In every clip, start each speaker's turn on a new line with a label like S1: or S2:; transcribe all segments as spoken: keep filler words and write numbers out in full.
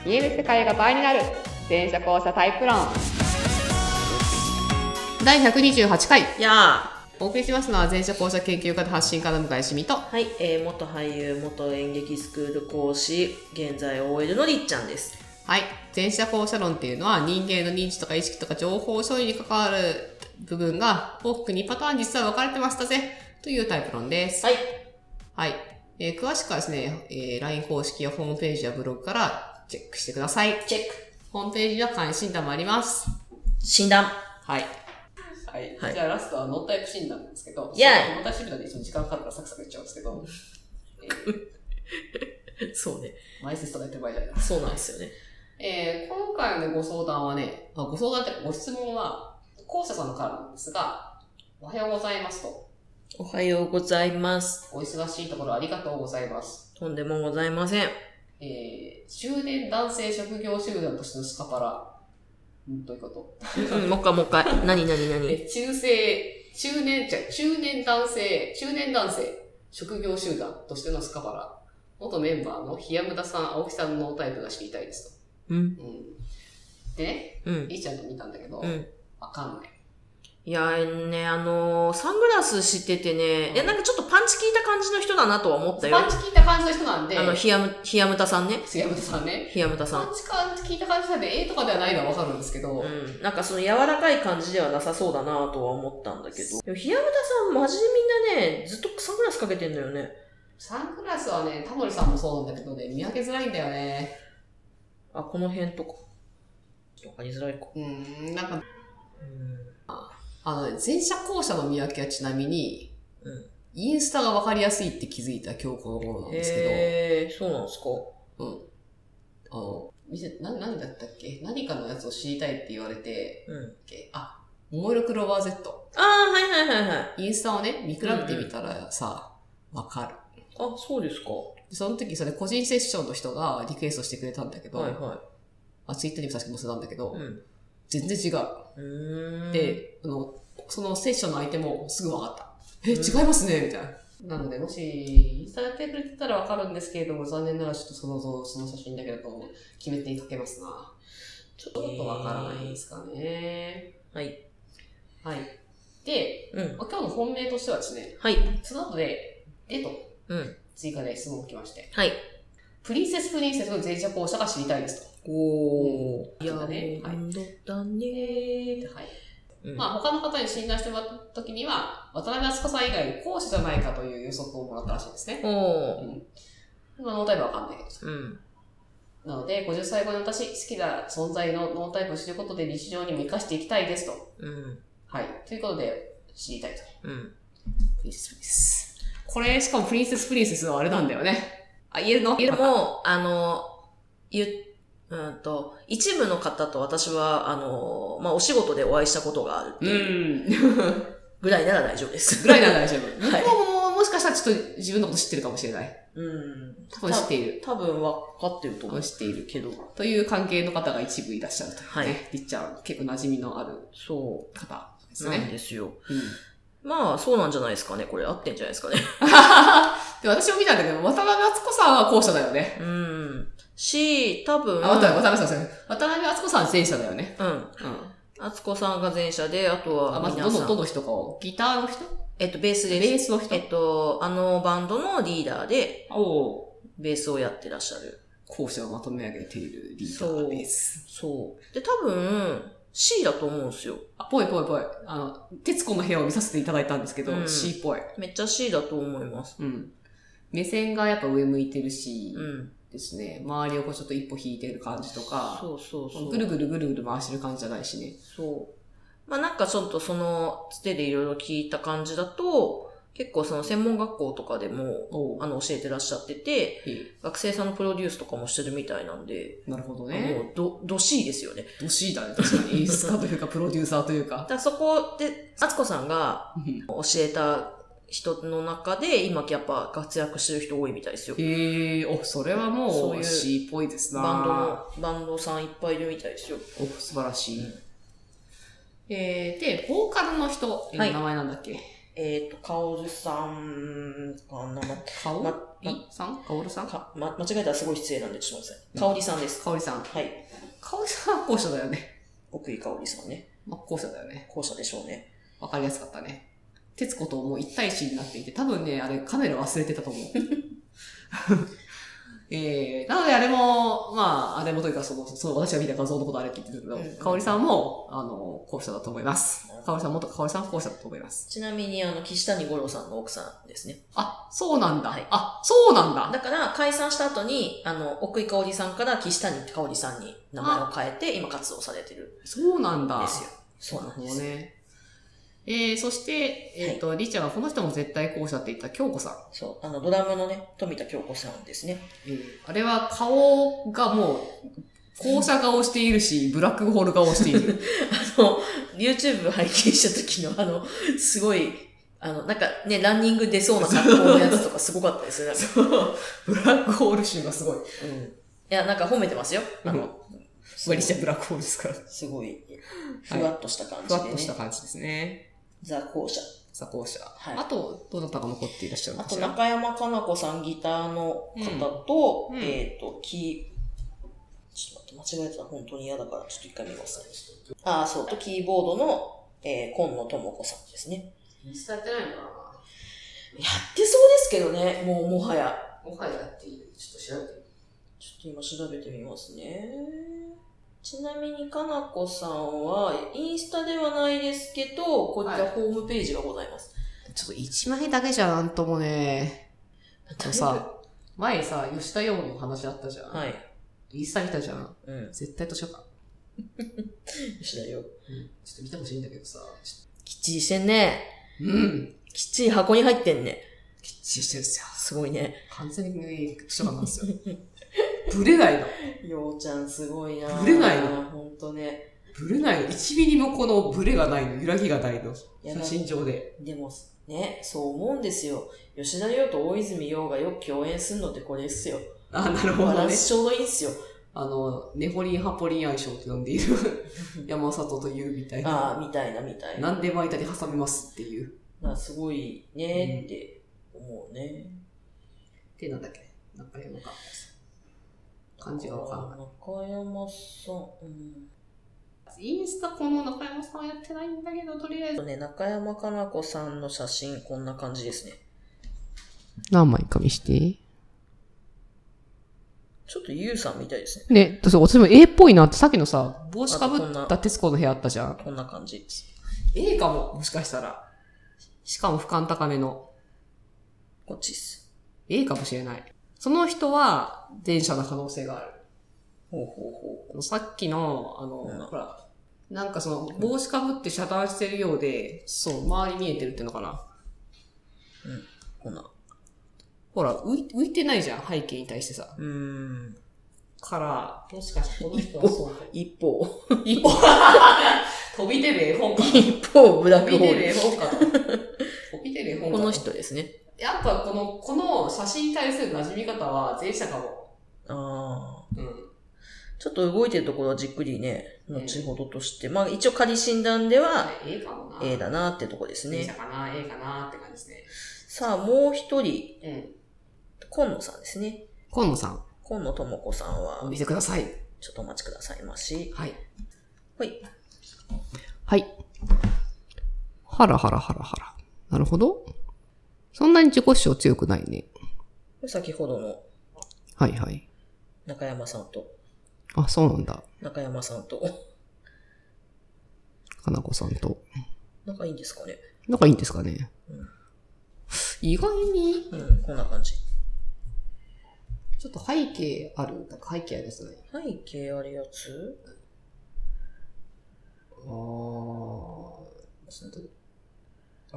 S1: 見える世界が倍になる全車交差タイプ論だいひゃくにじゅうはちかい
S2: や
S1: お送りしますのは全車交差研究家で発信家の向井しみと
S2: はい、えー、元俳優元演劇スクール講師現在 オーエル のりっちゃんです。
S1: はい、全車交差論っていうのは人間の認知とか意識とか情報処理に関わる部分が大きくにパターン実は分かれてましたぜというタイプ論です。
S2: はい。
S1: はい。えー、詳しくはですね、えー、ライン 公式やホームページやブログからチェックしてください。
S2: チェック。
S1: ホームページは簡易診断もあります。
S2: 診断。
S1: はい。はい。はい、じゃあラストはノータイプ診断なんですけど、
S2: いや
S1: ノータイプ診断で一応時間かかるからサクサクいっちゃうんですけど、
S2: えー、そうね。
S1: 前説とかやってる場合じゃない。
S2: そうなんですよね。
S1: えー、今回の、ね、ご相談はね、あご相談ってご質問は、校舎さんからなんですが、おはようございますと。
S2: おはようございます。
S1: お忙しいところありがとうございます。
S2: とんでもございません。
S1: えー、中年男性職業集団としてのスカパラ。んどういうこと
S2: うん、もう一回もう一回。何何何
S1: え中性、中年、じゃ中年男性、中年男性職業集団としてのスカパラ。元メンバーの檜山田さん、青木さんのタイプが知りたいですと。
S2: うん。うん、
S1: でね、
S2: うん。
S1: いいちゃんと見たんだけど、
S2: うん。
S1: わかんない。
S2: いやね、あのー、サングラスしててね、うん、え、なんかちょっとパンチ効いた感じの人だなとは思ったよ。
S1: パンチ効いた感じの人なんで。
S2: あの、ひやむ、ひやむたさんね。
S1: ひやむたさんね。
S2: ひやむたさん。
S1: パンチ感効いた感じなんで、A とかではないのはわかるんですけど。
S2: うん。なんかその柔らかい感じではなさそうだなとは思ったんだけど。でも、ひやむたさん、マジでみんなね、ずっとサングラスかけてんだよね。
S1: サングラスはね、タモリさんもそうなんだけどね、見分けづらいんだよね。
S2: あ、この辺とか。わかりづらいか。
S1: うーん、なんか、うん
S2: あ
S1: あのね、前者後者の見分けはちなみに、うん、インスタがわかりやすいって気づいた今日この頃なんですけど。
S2: へー、そうなんですか。
S1: うん。あの、店、な、何だったっけ何かのやつを知りたいって言われて、うん。あ、桃色クローバー Z。
S2: ああ、はいはいはいはい。
S1: インスタをね、見比べてみたらさ、わ、うん、かる。
S2: あ、そうですか。
S1: その時それ個人セッションの人がリクエストしてくれたんだけど、はいはい。あ、ツイッターにも確か載せたんだけど、うん、全然違う。うーんで、あの、そのセッションの相手もすぐ分かった。え、違いますねみたいな。なので、もし、インスタやってくれてたら分かるんですけれども、残念ながらちょっとその、その写真だけだと決め手にかけますな。ちょっと分からないですかね。
S2: はい。
S1: はい。で、うん、今日の本命としてはですね、
S2: はい。
S1: その後で、でと、うん。追加で質問を来まして。はい。プリンセスプリンセスの前者後者が知りたいですと。
S2: おー。
S1: いやね。はい。
S2: だね
S1: はい。うん、まあ他の方に診断してもらった時には、渡辺敦子さん以外後者じゃないかという予測をもらったらしいですね。
S2: おー。うん。
S1: まあノータイプはわかんないけど。うん。なので、ごじゅっさいごの私、好きな存在のノータイプを知ることで日常にも生かしていきたいですと。うん。はい。ということで、知りたいと。うん。プリンセスプリンセス。これ、しかもプリンセスプリンセスはあれなんだよね。あ、言えるの？
S2: 言えるも、あの、言、うんと、一部の方と私は、あの、まあ、お仕事でお会いしたことがあるっていうぐらいなら大丈夫です。
S1: ぐらいなら大丈夫。
S2: はい。
S1: 僕ももしかしたらちょっと自分のこと知ってるかもしれない。うん。多分知っている。
S2: 多分分かってると思う。
S1: 知っているけど。という関係の方が一部いらっしゃるというね。はい。りっちゃん、結構馴染みのある
S2: そう
S1: 方ですね。
S2: なんですよ。うん。まあ、そうなんじゃないですかね。これ合ってんじゃないですかね。
S1: で私も見たんだけど、渡辺敦子さんは後者だよね。
S2: うん。し、多分。
S1: あ、渡辺さん、渡辺敦子さんは前者だよね。うん。うん。
S2: 敦子さんが前者で、あとは皆さん。
S1: あ、まずどの、どの人かを。ギターの人？
S2: えっと、ベースです。
S1: ベースの人？
S2: えっと、あのバンドのリーダーで、
S1: お
S2: ベースをやってらっしゃる。
S1: 後者をまとめ上げているリーダーベース。
S2: そう。で、多分、C だと思うんですよ。
S1: あ、ぽいぽいぽい。あの、徹子の部屋を見させていただいたんですけど、うん、C っぽい。
S2: めっちゃ C だと思います。
S1: うん。目線がやっぱ上向いてるし、うん、ですね。周りをこうちょっと一歩引いてる感じとか、
S2: そうそうそう。
S1: ぐるぐるぐるぐる回してる感じじゃないしね。
S2: そう。まあなんかちょっとその、つてでいろいろ聞いた感じだと、結構その専門学校とかでも、あの、教えてらっしゃってて、学生さんのプロデュースとかもしてるみたいなんで。
S1: なるほどね。
S2: もう、ど、ど C ですよね。
S1: ど C だね、確かに。演出家というか、プロデューサーというか。
S2: だからそこで、敦子さんが教えた人の中で、今やっぱ活躍してる人多いみたいですよ。
S1: へえ、お、それはもう、そういう C っぽいですな。
S2: バンドの、バンドさんいっぱいいるみたいですよ。
S1: お、素晴らしい。うん、えー、で、ボーカルの人、はい、名前なんだっけ？
S2: えっ、ー、と、かおるさんかな、ま、
S1: かおりさんかおるさん
S2: か、ま、間違えたらすごい失礼なんで、ちょっと待ってください。かおりさんです。
S1: かおりさん。
S2: はい。
S1: かおりさんは後者だよね。
S2: 奥井かおりさんね。
S1: まあ、後者だよね。
S2: 後者でしょうね。
S1: わかりやすかったね。徹子ともう一対一になっていて、多分ね、あれカメラ忘れてたと思う。えー、なのであれも、まあ、あれもというかその、その私が見た画像のことあれって言ってるけど、うんうん、かおりさんも、あの、後者だと思います。かおりさんもとかおりさん後者だと思います。
S2: ちなみに、あの、岸谷五郎さんの奥さんですね。
S1: あ、そうなんだ。はい、あ、そうなんだ。
S2: だから、解散した後に、あの、奥井かおりさんから岸谷かおりさんに名前を変えて、今活動されてる。
S1: そうなんだ。
S2: ですよ。そうなんです
S1: ね。えー、そして、えっ、ー、と、はい、りーちゃんはこの人も絶対後者って言った京子さん。
S2: そう。あの、ドラムのね、富田京子さんですね。
S1: えー、あれは顔がもう、後者顔しているし、ブラックホール顔している。
S2: あの、YouTube 拝見した時のあの、すごい、あの、なんかね、ランニング出そうな格好のやつとかすごかったですね。
S1: そう。ブラックホール集がすごい。うん。い
S2: や、なんか褒めてますよ。あの、
S1: 割りしてブラックホールですから。
S2: すごい、ふわっとした感じで、ね。
S1: ふわっとした感じですね。
S2: ザ後者。
S1: ザ後者。はい。あと、どなたが残っていらっしゃるのか
S2: しら。あと、中山かな子さんギターの方と、うん、えっ、ー、と、キー、ちょっと待って、間違えたら本当に嫌だから、ちょっと一回見ますね。ああ、そうと、キーボードの、えー、今野智子さんですね。
S1: インスタやってないのかな？や
S2: ってそうですけどね、もう、もはや。
S1: もはややっていい？ちょっと調べてみる。
S2: ちょっと今調べてみますね。ちなみに、かなこさんは、インスタではないですけど、こういったホームページがございます。
S1: はい、ちょっと一枚だけじゃなんともね。あとさ、前さ、吉田洋の話あったじゃん。
S2: はい。
S1: インスタ見たじゃん。
S2: うん。
S1: 絶対図書館。
S2: 吉田洋。うん。
S1: ちょっと見てほしいんだけどさ。
S2: きっちりしてんね。
S1: うん。
S2: きっちり箱に入ってんね。
S1: きっちりしてるんですよ。
S2: すごいね。
S1: 完全に図書館なんですよ。ブレないの。
S2: ようちゃんすごいな。
S1: ブレないの。
S2: ほんとね。
S1: ブレないの。いちミリもこのブレがないの。揺らぎがないの。写真上で。
S2: でも、ね、そう思うんですよ。吉田洋と大泉洋がよく共演するのってこれですよ。
S1: あ、なるほどね。バラン
S2: スちょうどいいんですよ。
S1: あの、ネホリン・ハポリン愛称と呼んでいる山里というみたいな。
S2: ああ、みたいなみたいな。
S1: 何でも間に挟めますっていう。
S2: まあ、すごいねって思うね。
S1: で、なんだっけ中山か。感じがわかんない。
S2: 中山さん、うん。
S1: インスタこの中山さんはやってないんだけど、とりあえず。
S2: ね、中山かな子さんの写真、こんな感じですね。
S1: 何枚か見して。
S2: ちょっとユウさんみたいですね。
S1: ね、私も A っぽいなって、さっきのさ、帽子かぶった徹子の部屋あったじゃん。
S2: こんな感じ。
S1: A かも、もしかしたら。しかも俯瞰高めの。
S2: こっちっす。
S1: A かもしれない。その人は、前者の可能性がある。
S2: ほうほうほう。
S1: さっきの、あの、うん、ほら、なんかその、帽子かぶって遮断してるようで、そう、周り見えてるっていうのかな。
S2: うん。こんな。
S1: ほら、浮い、浮いてないじゃん、背景に対してさ。
S2: うーん。
S1: から、もしかしてこの人はそう。
S2: 一方。
S1: 一方。飛び出る絵本か。
S2: 一方、ブラックホール。
S1: 飛び出る絵本か。飛び出る絵本か。
S2: この人ですね。
S1: やっぱこの、この写真に対する馴染み方は前者かも。
S2: ああ。
S1: うん。
S2: ちょっと動いてるところはじっくりね、後ほどとして。まあ一応仮診断では、
S1: A かもな。
S2: A だなってとこですね。
S1: 前者かな、A かなって感じですね。
S2: さあ、もう一人。
S1: うん。
S2: 今野さんですね。
S1: 今野さん。
S2: 今野智子さんは。
S1: お見せください。
S2: ちょっとお待ちくださいまし。
S1: はい。
S2: はい。
S1: はい。はらはらはらはら。なるほど。そんなに自己主張強くないね。
S2: 先ほどの。
S1: はいはい。
S2: 中山さんと。
S1: あ、そうなんだ。
S2: 中山さんと。
S1: かなこさんと。
S2: 仲いいんですかね。
S1: 仲いいんですかね。
S2: うん、
S1: 意外に。
S2: うん、こんな感じ。
S1: ちょっと背景ある背景あるやつね。
S2: 背景あるやつ
S1: あー。あー。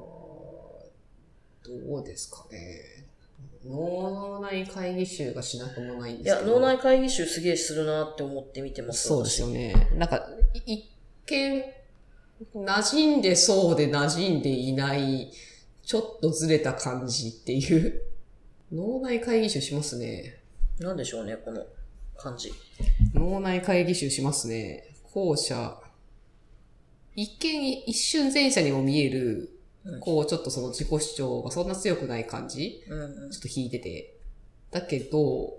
S1: どうですかね。脳内会議集がしなくもないんですけど。
S2: いや、脳内会議集すげえするなって思って見てます。
S1: そうですよね。なんか、一見、馴染んでそうで馴染んでいない、ちょっとずれた感じっていう。脳内会議集しますね。
S2: なんでしょうね、この感じ。
S1: 脳内会議集しますね。後者。一見、一瞬前者にも見えるうん、こうちょっとその自己主張がそんな強くない感じ、うんうん、ちょっと引いてて。だけど、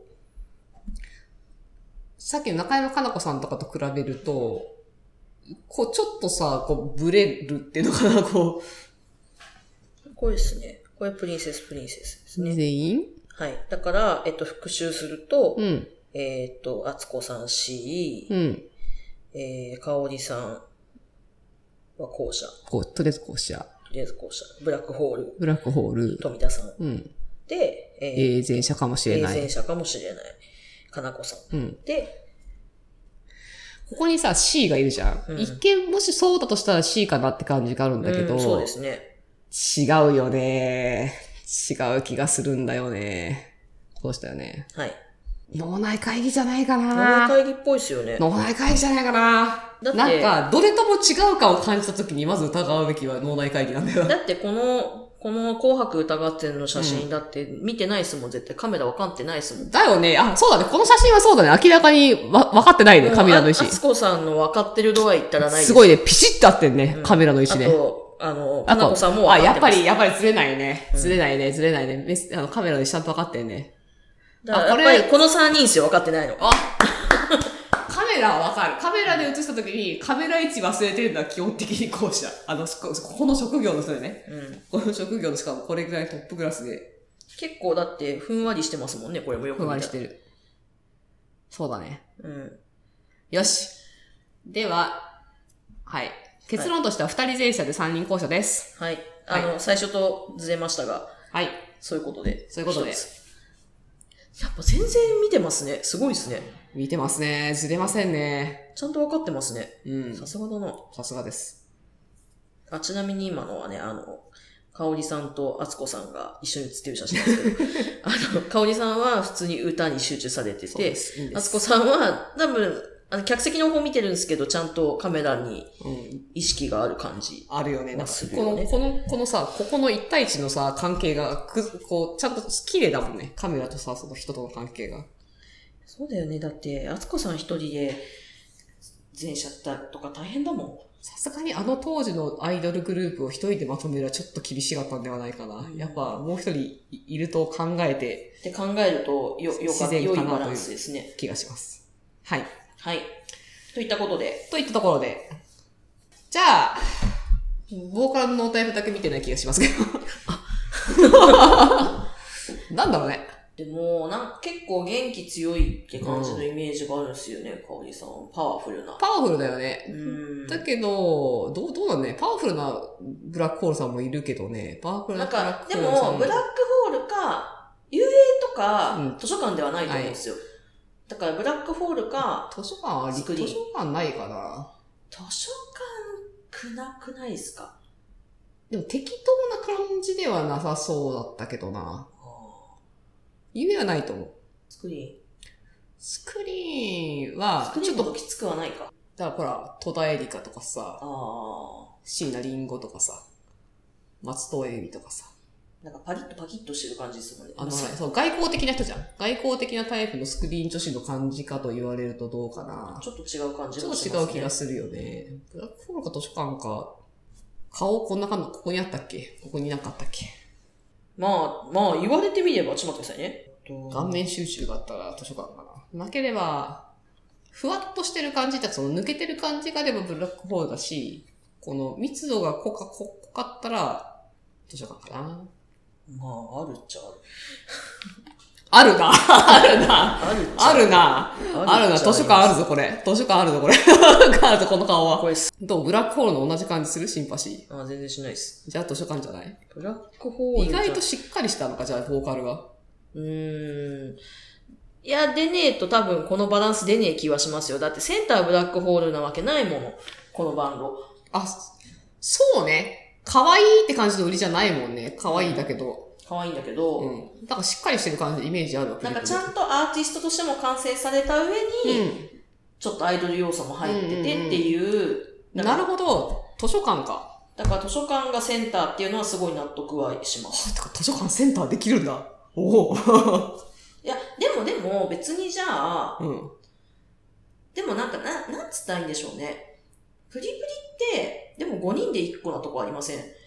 S1: さっきの中山かな子さんとかと比べると、こうちょっとさ、こうブレるっていうのかな、こ
S2: う。これですね。これプリンセスプリンセスですね。
S1: 全員
S2: はい。だから、えっと、復習すると、
S1: うん、
S2: えっと、あつこさん C、
S1: うん、
S2: えー、かおりさんは後者。
S1: こう、とりあえず後者。
S2: とりあえず後者。ブラックホール。
S1: ブラックホール。
S2: 富田さん。
S1: うん。
S2: で、
S1: えー、前者かもしれない。
S2: 前者かもしれない。かなこさん。
S1: うん。
S2: で、
S1: ここにさ、C がいるじゃん。うん、一見もしそうだとしたら C かなって感じがあるんだけど。うん、
S2: そうですね。
S1: 違うよね。違う気がするんだよね。こうしたよね。
S2: はい。
S1: 脳内会議じゃないかな。
S2: 脳内会議っぽいですよね。
S1: 脳内会議じゃないかな。だってなんか、どれとも違うかを感じたときにまず疑うべきは脳内会議なんだよ。
S2: だってこの、この紅白歌合戦の写真だって見てないっすもん、絶対カメラわかってないっすもん。
S1: だよね。あ、そうだね。この写真はそうだね。明らかにわ、わかってないね、カメラの位置。
S2: あつこさんのわかってる度合い言ったらないです。
S1: すごいね。ピシッと合ってんね、うん、カメラの位置ね。
S2: あと、あの、かなこさんもわかってます。
S1: あ、やっぱり、やっぱりずれないね。ずれないね、ずれないね。あのカメラでちゃんとわかってんね。
S2: だからやっぱりこのさんにんっすよ、わかってないの。
S1: あカメラはわかる。カメラで映したときに、カメラ位置忘れてるのは基本的に後者。あの、ここの職業の人でね。うん。この職業のしかもこれぐらいトップクラスで。
S2: 結構だってふんわりしてますもんね、これもよく見たら。
S1: ふんわりしてる。そうだね。
S2: うん。
S1: よし。では、はい。結論としてはふたり前者でさんにん後者です。
S2: はい。あの、はい、最初とずれましたが。
S1: はい。
S2: そういうことで。
S1: そういうことで。
S2: やっぱ全然見てますね。すごいですね。
S1: 見てますね。ずれませんね。
S2: ちゃんと分かってますね。
S1: うん。
S2: さすがだな。
S1: さすがです。
S2: あ、ちなみに今のはね、あの、かおりさんとあつこさんが一緒に写ってる写真ですけど、あの、かおりさんは普通に歌に集中されてて、あつこさんは多分、あの、客席の方見てるんですけど、ちゃんとカメラに意識がある感じ、
S1: うん。あるよね。なんか、この、この、このさ、ここの一対一のさ、関係が、く、こう、ちゃんと綺麗だもんね。カメラとさ、その人との関係が。
S2: そうだよね。だって、あつこさん一人で前者とか大変だもん。
S1: さすがにあの当時のアイドルグループを一人でまとめるはちょっと厳しかったんではないかな。うん、やっぱもう一人いると考えて。
S2: って考えると、よ、よか、良いバランスですね。
S1: 気がします。はい。
S2: はい。といったことで。
S1: といったところで。じゃあ、ボーカルのノータイプだけ見てない気がしますけど。なんだろうね。
S2: でも、なんか結構元気強いって感じのイメージがあるんですよね、かおりさん。パワフルな。
S1: パワフルだよね。
S2: うん。
S1: だけど、どう、どうなんね。パワフルなブラックホールさんもいるけどね。パワフルなブラックホールさん。
S2: なんか、でも、ブラックホールか、遊泳とか、うん、図書館ではないと思うんですよ。はい、だから、ブラックホールか、
S1: 図書館あり、図書館ないかな。
S2: 図書館、くなくないですか？
S1: でも適当な感じではなさそうだったけどな。夢はないと思う。
S2: スクリーン。
S1: スクリーンは、
S2: ちょっときつくはないか。
S1: だからほら、戸田恵梨香とかさ、
S2: あ
S1: 椎名林檎とかさ、松任谷由実とかさ。
S2: なんかパリッとパキッとしてる感じですもんね。
S1: あの、そう、外交的な人じゃん。外交的なタイプのスクリーン女子の感じかと言われるとどうかな。
S2: ちょっと違う感じ
S1: がしますね。ちょっと違う気がするよね。ブラックホールか図書館か、顔こんな感じ、ここにあったっけ？ここになかったっけ？
S2: まあ、まあ、言われてみれば、ちょっと待ってくださいね。
S1: 顔面収集があったら図書館かな。なければ、ふわっとしてる感じってその抜けてる感じがあればブラックホールだし、この密度が濃か、濃かったら図書館かな。
S2: まあ、あるっちゃある。
S1: あるな。あるな。
S2: ある
S1: あるな。あるな。図書館あるぞ、これ。図書館あるぞ、これ。あるぞ、この顔は。
S2: これ
S1: どうブラックホールの同じ感じするシンパシ
S2: ー。あ、全然しないです。
S1: じゃあ図書館じゃない？
S2: ブラックホール。
S1: 意外としっかりしたのか、じゃあ、ボーカルが。
S2: うーん。いや、出ねえと多分このバランス出ねえ気はしますよ。だってセンターブラックホールなわけないもの。このバンド。
S1: あ、そうね。可愛いって感じの売りじゃないもんね。可愛いだけど。
S2: 可愛いんだけど。
S1: うん。だからしっかりしてる感じのイメージあるわけ。
S2: なんかちゃんとアーティストとしても完成された上に、うん、ちょっとアイドル要素も入っててっていう。うんうん
S1: うん、なるほど。図書館か。
S2: だから図書館がセンターっていうのはすごい納得はします。
S1: てか図書館センターできるんだ。おお。
S2: いや、でもでも別にじゃあ、
S1: うん、
S2: でもなんかな、なんつったらいいんでしょうね。プリプリって、でもごにんでいっこなとこありません？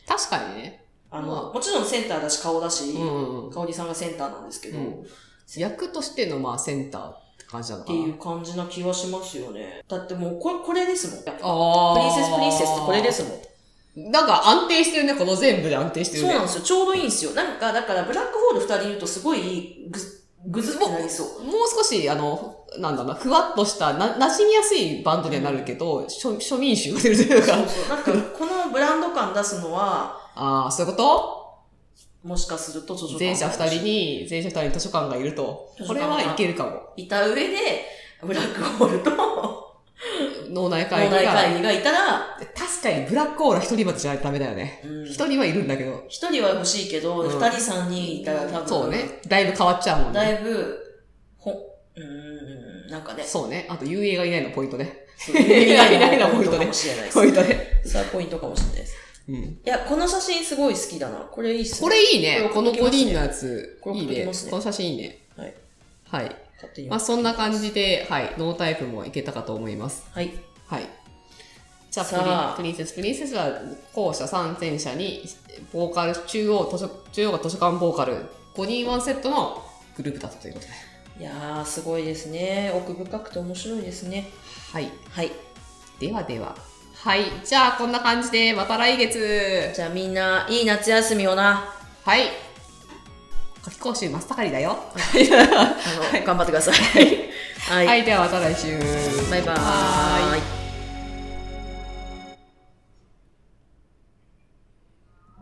S1: 確かにね。
S2: あの、まあ、もちろんセンターだし顔だし、
S1: うんうん、
S2: 香織さんがセンターなんですけど、うん、
S1: 役としてのまあセンターって感じなのかな
S2: っていう感じな気はしますよね。だってもうこれ、これですもん。あプリンセスプリンセスってこれですもん。
S1: なんか安定してるね、この全部で安定してるね。
S2: そうなんですよ。ちょうどいいんですよ。なんか、だからブラックホール二人いるとすごいぐ、ぐずってなりそう。
S1: もう少し、あの、なんだろうな、ふわっとした、な、馴染みやすいバンドにはなるけど、庶、庶民衆が出るというか。
S2: そうそう。なんか、このブランド感出すのは、
S1: ああ、そういうこと
S2: もしかすると図書館。
S1: 前者二人に、前者二人に図書館がいると。これはいけるかも。
S2: いた上で、ブラックホールと、
S1: 脳内会議が。
S2: 脳内会議がいたら、
S1: 確かにブラックホールは一人までじゃないとダメだよね。一、うん、人はいるんだけど。
S2: 一人は欲しいけど、二、うん、人三人いたら多分。
S1: そうね。だいぶ変わっちゃうもんね。
S2: だいぶ、ほ、うーん、なんかね。
S1: そうね。あと、遊泳がいないのポイントね。
S2: 遊泳がいないのポイントかもしれないです。
S1: ポイントね。
S2: それはポイントかもしれないです。うん。いや、この写真すごい好きだな。これいいっすね。
S1: これいいね。このごにんのやつ。
S2: これ
S1: いいね。この写真いいね。
S2: はい。
S1: はい。まあそんな感じで、はい。ノータイプもいけたかと思います。
S2: はい。
S1: はい。じゃあ、プリンセス。プリンセスは後者さん前者に、ボーカル、中央、図書、中央が図書館ボーカル、ごにんワンセットのグループだったということで。
S2: いやー、すごいですね。奥深くて面白いですね。
S1: はい。
S2: はい。
S1: ではでは。はい。じゃあ、こんな感じで、また来月。
S2: じゃあみんな、いい夏休みをな。
S1: はい。夏期講習真っ盛りだよ。あ
S2: の、はい、頑張ってください。
S1: はい。はい。ではまた来週。
S2: バイバーイ。